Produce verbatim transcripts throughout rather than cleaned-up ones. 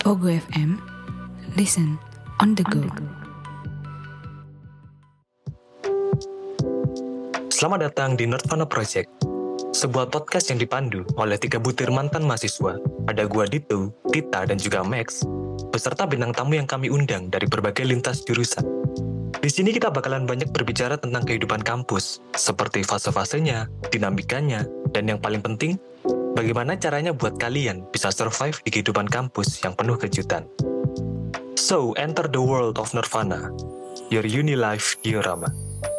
Pogo F M, listen on the go. Selamat datang di Nerdvana Project, sebuah podcast yang dipandu oleh tiga butir mantan mahasiswa. Ada gua Dito, Tita, dan juga Max, beserta bintang tamu yang kami undang dari berbagai lintas jurusan. Di sini kita bakalan banyak berbicara tentang kehidupan kampus, seperti fase-fasenya, dinamikanya, dan yang paling penting, bagaimana caranya buat kalian bisa survive di kehidupan kampus yang penuh kejutan. So, enter the world of Nerdvana, your uni life diorama.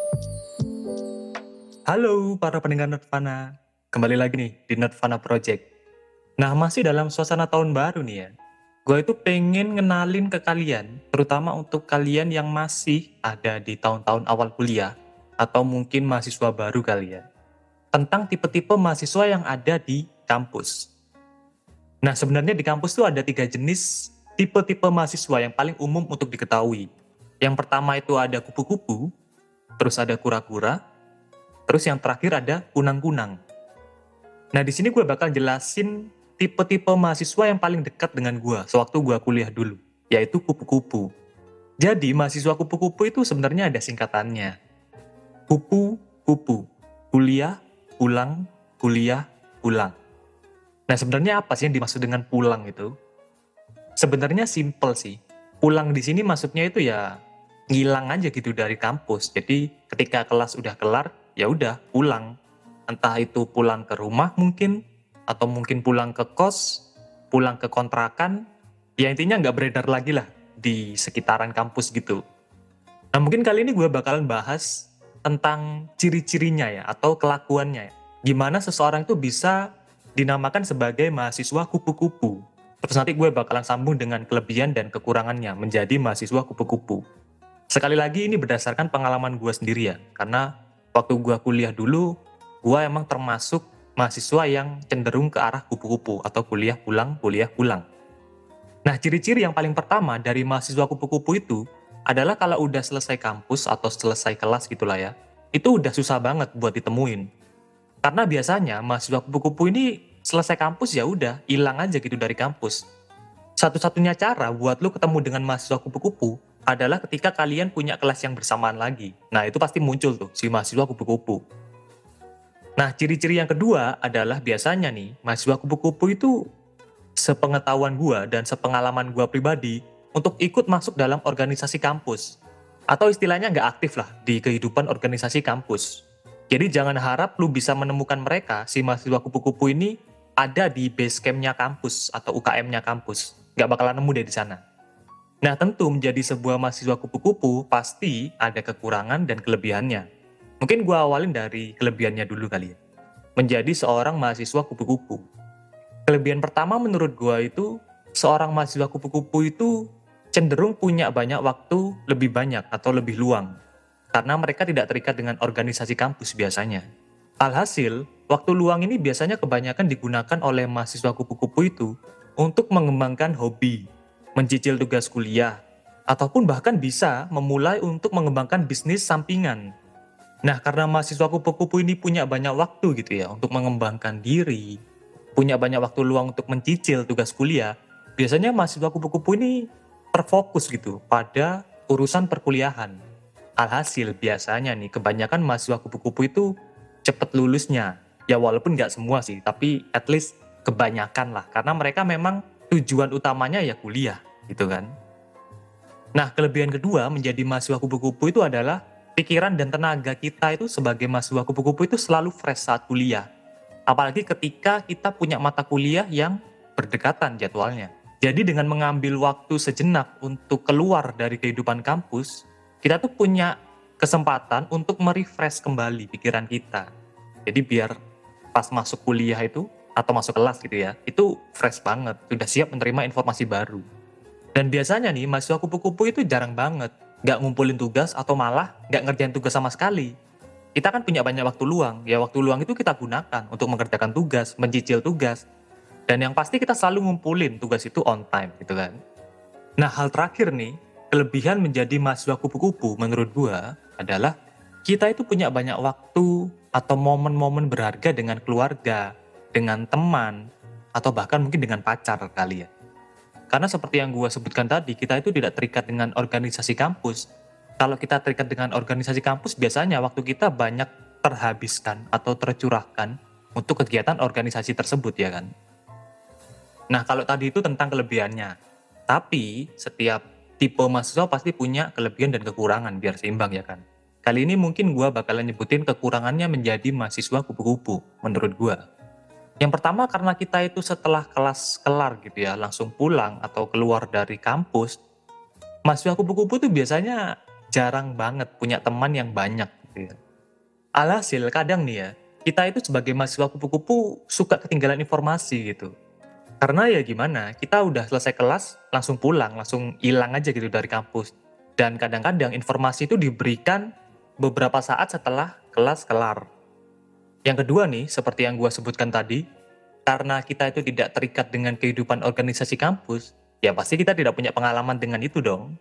Halo para pendengar Nerdvana, kembali lagi nih di Nerdvana Project. Nah, masih dalam suasana tahun baru nih ya. Gue itu pengen ngenalin ke kalian, terutama untuk kalian yang masih ada di tahun-tahun awal kuliah, atau mungkin mahasiswa baru kalian, tentang tipe-tipe mahasiswa yang ada di kampus. Nah, sebenarnya di kampus tuh ada tiga jenis tipe-tipe mahasiswa yang paling umum untuk diketahui. Yang pertama itu ada kupu-kupu, terus ada kura-kura, terus yang terakhir ada kunang-kunang. Nah, di sini gue bakal jelasin tipe-tipe mahasiswa yang paling dekat dengan gue sewaktu gue kuliah dulu, yaitu kupu-kupu. Jadi, mahasiswa kupu-kupu itu sebenarnya ada singkatannya. Kupu-kupu, kuliah, pulang, kuliah, pulang. Nah, sebenarnya apa sih yang dimaksud dengan pulang itu? Sebenarnya simple sih. Pulang di sini maksudnya itu ya ngilang aja gitu dari kampus. Jadi, ketika kelas udah kelar, ya udah pulang, entah itu pulang ke rumah mungkin, atau mungkin pulang ke kos, pulang ke kontrakan, ya intinya nggak beredar lagi lah di sekitaran kampus gitu. Nah, mungkin kali ini gue bakalan bahas tentang ciri-cirinya ya, atau kelakuannya ya. Gimana seseorang itu bisa dinamakan sebagai mahasiswa kupu-kupu. Terus nanti gue bakalan sambung dengan kelebihan dan kekurangannya menjadi mahasiswa kupu-kupu. Sekali lagi ini berdasarkan pengalaman gue sendiri ya, karena waktu gue kuliah dulu, gue emang termasuk mahasiswa yang cenderung ke arah kupu-kupu atau kuliah pulang, kuliah pulang. Nah, ciri-ciri yang paling pertama dari mahasiswa kupu-kupu itu adalah kalau udah selesai kampus atau selesai kelas gitulah ya, itu udah susah banget buat ditemuin. Karena biasanya mahasiswa kupu-kupu ini selesai kampus ya udah hilang aja gitu dari kampus. Satu-satunya cara buat lu ketemu dengan mahasiswa kupu-kupu adalah ketika kalian punya kelas yang bersamaan lagi. Nah, itu pasti muncul tuh si mahasiswa kupu-kupu. Nah, ciri-ciri yang kedua adalah biasanya nih, mahasiswa kupu-kupu itu sepengetahuan gua dan sepengalaman gua pribadi untuk ikut masuk dalam organisasi kampus. Atau istilahnya nggak aktif lah di kehidupan organisasi kampus. Jadi jangan harap lu bisa menemukan mereka, si mahasiswa kupu-kupu ini ada di base camp-nya kampus atau U K M-nya kampus. Nggak bakalan nemu deh di sana. Nah, tentu menjadi sebuah mahasiswa kupu-kupu pasti ada kekurangan dan kelebihannya. Mungkin gue awalin dari kelebihannya dulu kali ya. Menjadi seorang mahasiswa kupu-kupu. Kelebihan pertama menurut gue itu, seorang mahasiswa kupu-kupu itu cenderung punya banyak waktu lebih banyak atau lebih luang. Karena mereka tidak terikat dengan organisasi kampus biasanya. Alhasil, waktu luang ini biasanya kebanyakan digunakan oleh mahasiswa kupu-kupu itu untuk mengembangkan hobi, mencicil tugas kuliah, ataupun bahkan bisa memulai untuk mengembangkan bisnis sampingan. Nah, karena mahasiswa kupu-kupu ini punya banyak waktu gitu ya untuk mengembangkan diri, punya banyak waktu luang untuk mencicil tugas kuliah, biasanya mahasiswa kupu-kupu ini terfokus gitu pada urusan perkuliahan. Alhasil biasanya nih kebanyakan mahasiswa kupu-kupu itu cepet lulusnya. Ya walaupun nggak semua sih, tapi at least kebanyakan lah. Karena mereka memang tujuan utamanya ya kuliah gitu kan. Nah, kelebihan kedua menjadi mahasiswa kupu-kupu itu adalah pikiran dan tenaga kita itu sebagai mahasiswa kupu-kupu itu selalu fresh saat kuliah. Apalagi ketika kita punya mata kuliah yang berdekatan jadwalnya. Jadi dengan mengambil waktu sejenak untuk keluar dari kehidupan kampus, kita tuh punya kesempatan untuk merefresh kembali pikiran kita. Jadi biar pas masuk kuliah itu, atau masuk kelas gitu ya, itu fresh banget, sudah siap menerima informasi baru. Dan biasanya nih, mahasiswa kupu-kupu itu jarang banget nggak ngumpulin tugas atau malah nggak ngerjain tugas sama sekali. Kita kan punya banyak waktu luang, ya waktu luang itu kita gunakan untuk mengerjakan tugas, mencicil tugas. Dan yang pasti kita selalu ngumpulin tugas itu on time gitu kan. Nah, hal terakhir nih, kelebihan menjadi mahasiswa kupu-kupu menurut gua adalah kita itu punya banyak waktu atau momen-momen berharga dengan keluarga, dengan teman, atau bahkan mungkin dengan pacar kali ya. Karena seperti yang gue sebutkan tadi, kita itu tidak terikat dengan organisasi kampus. Kalau kita terikat dengan organisasi kampus, biasanya waktu kita banyak terhabiskan atau tercurahkan untuk kegiatan organisasi tersebut, ya kan? Nah, kalau tadi itu tentang kelebihannya. Tapi, setiap tipe mahasiswa pasti punya kelebihan dan kekurangan, biar seimbang, ya kan? Kali ini mungkin gue bakalan nyebutin kekurangannya menjadi mahasiswa kupu-kupu, menurut gue. Yang pertama, karena kita itu setelah kelas kelar gitu ya, langsung pulang atau keluar dari kampus, mahasiswa kupu-kupu tuh biasanya jarang banget punya teman yang banyak gitu ya. Alhasil kadang nih ya, kita itu sebagai mahasiswa kupu-kupu suka ketinggalan informasi gitu. Karena ya gimana, kita udah selesai kelas, langsung pulang, langsung hilang aja gitu dari kampus. Dan kadang-kadang informasi itu diberikan beberapa saat setelah kelas kelar. Yang kedua nih, seperti yang gua sebutkan tadi, karena kita itu tidak terikat dengan kehidupan organisasi kampus, ya pasti kita tidak punya pengalaman dengan itu dong.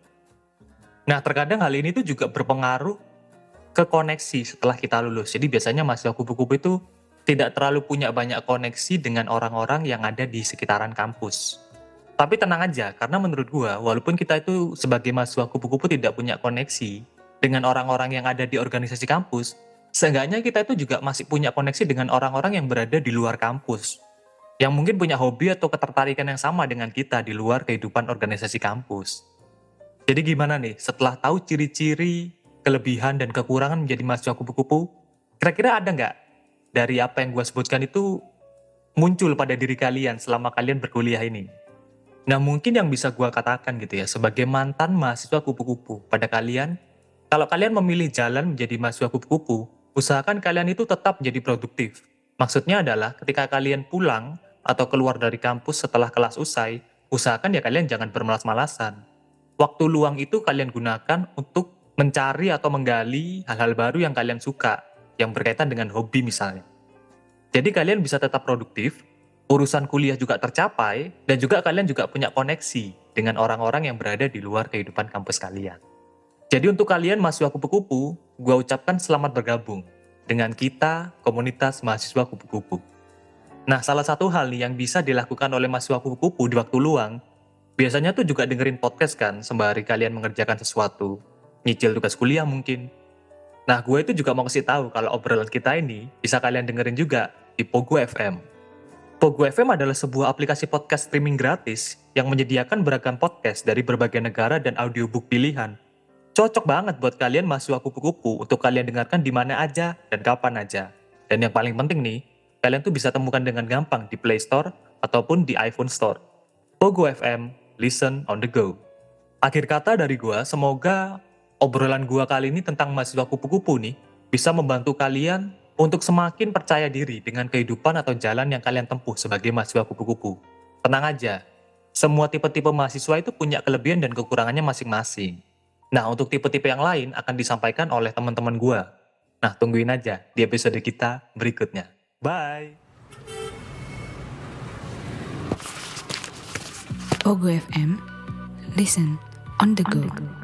Nah, terkadang hal ini tuh juga berpengaruh ke koneksi setelah kita lulus. Jadi biasanya mahasiswa kupu-kupu itu tidak terlalu punya banyak koneksi dengan orang-orang yang ada di sekitaran kampus. Tapi tenang aja, karena menurut gua, walaupun kita itu sebagai mahasiswa kupu-kupu tidak punya koneksi dengan orang-orang yang ada di organisasi kampus, seenggaknya kita itu juga masih punya koneksi dengan orang-orang yang berada di luar kampus, yang mungkin punya hobi atau ketertarikan yang sama dengan kita di luar kehidupan organisasi kampus. Jadi gimana nih, setelah tahu ciri-ciri, kelebihan, dan kekurangan menjadi mahasiswa kupu-kupu, kira-kira ada nggak dari apa yang gue sebutkan itu muncul pada diri kalian selama kalian berkuliah ini? Nah, mungkin yang bisa gue katakan gitu ya, sebagai mantan mahasiswa kupu-kupu pada kalian, kalau kalian memilih jalan menjadi mahasiswa kupu-kupu, usahakan kalian itu tetap menjadi produktif. Maksudnya adalah ketika kalian pulang atau keluar dari kampus setelah kelas usai, usahakan ya kalian jangan bermalas-malasan. Waktu luang itu kalian gunakan untuk mencari atau menggali hal-hal baru yang kalian suka, yang berkaitan dengan hobi misalnya. Jadi kalian bisa tetap produktif, urusan kuliah juga tercapai, dan juga kalian juga punya koneksi dengan orang-orang yang berada di luar kehidupan kampus kalian. Jadi untuk kalian mahasiswa kupu-kupu, gua ucapkan selamat bergabung dengan kita, komunitas mahasiswa kupu-kupu. Nah, salah satu hal nih yang bisa dilakukan oleh mahasiswa kupu-kupu di waktu luang, biasanya tuh juga dengerin podcast kan, sembari kalian mengerjakan sesuatu, nyicil tugas kuliah mungkin. Nah, gue itu juga mau kasih tahu kalau obrolan kita ini bisa kalian dengerin juga di Pogo F M. Pogo F M adalah sebuah aplikasi podcast streaming gratis yang menyediakan beragam podcast dari berbagai negara dan audiobook pilihan. Cocok banget buat kalian mahasiswa kupu-kupu untuk kalian dengarkan di mana aja dan kapan aja. Dan yang paling penting nih, kalian tuh bisa temukan dengan gampang di Play Store ataupun di iPhone Store. Pogo F M, listen on the go. Akhir kata dari gua, semoga obrolan gua kali ini tentang mahasiswa kupu-kupu nih bisa membantu kalian untuk semakin percaya diri dengan kehidupan atau jalan yang kalian tempuh sebagai mahasiswa kupu-kupu. Tenang aja, semua tipe-tipe mahasiswa itu punya kelebihan dan kekurangannya masing-masing. Nah, untuk tipe-tipe yang lain akan disampaikan oleh teman-teman gua. Nah, tungguin aja di episode kita berikutnya. Bye! Pogo F M, listen on the go.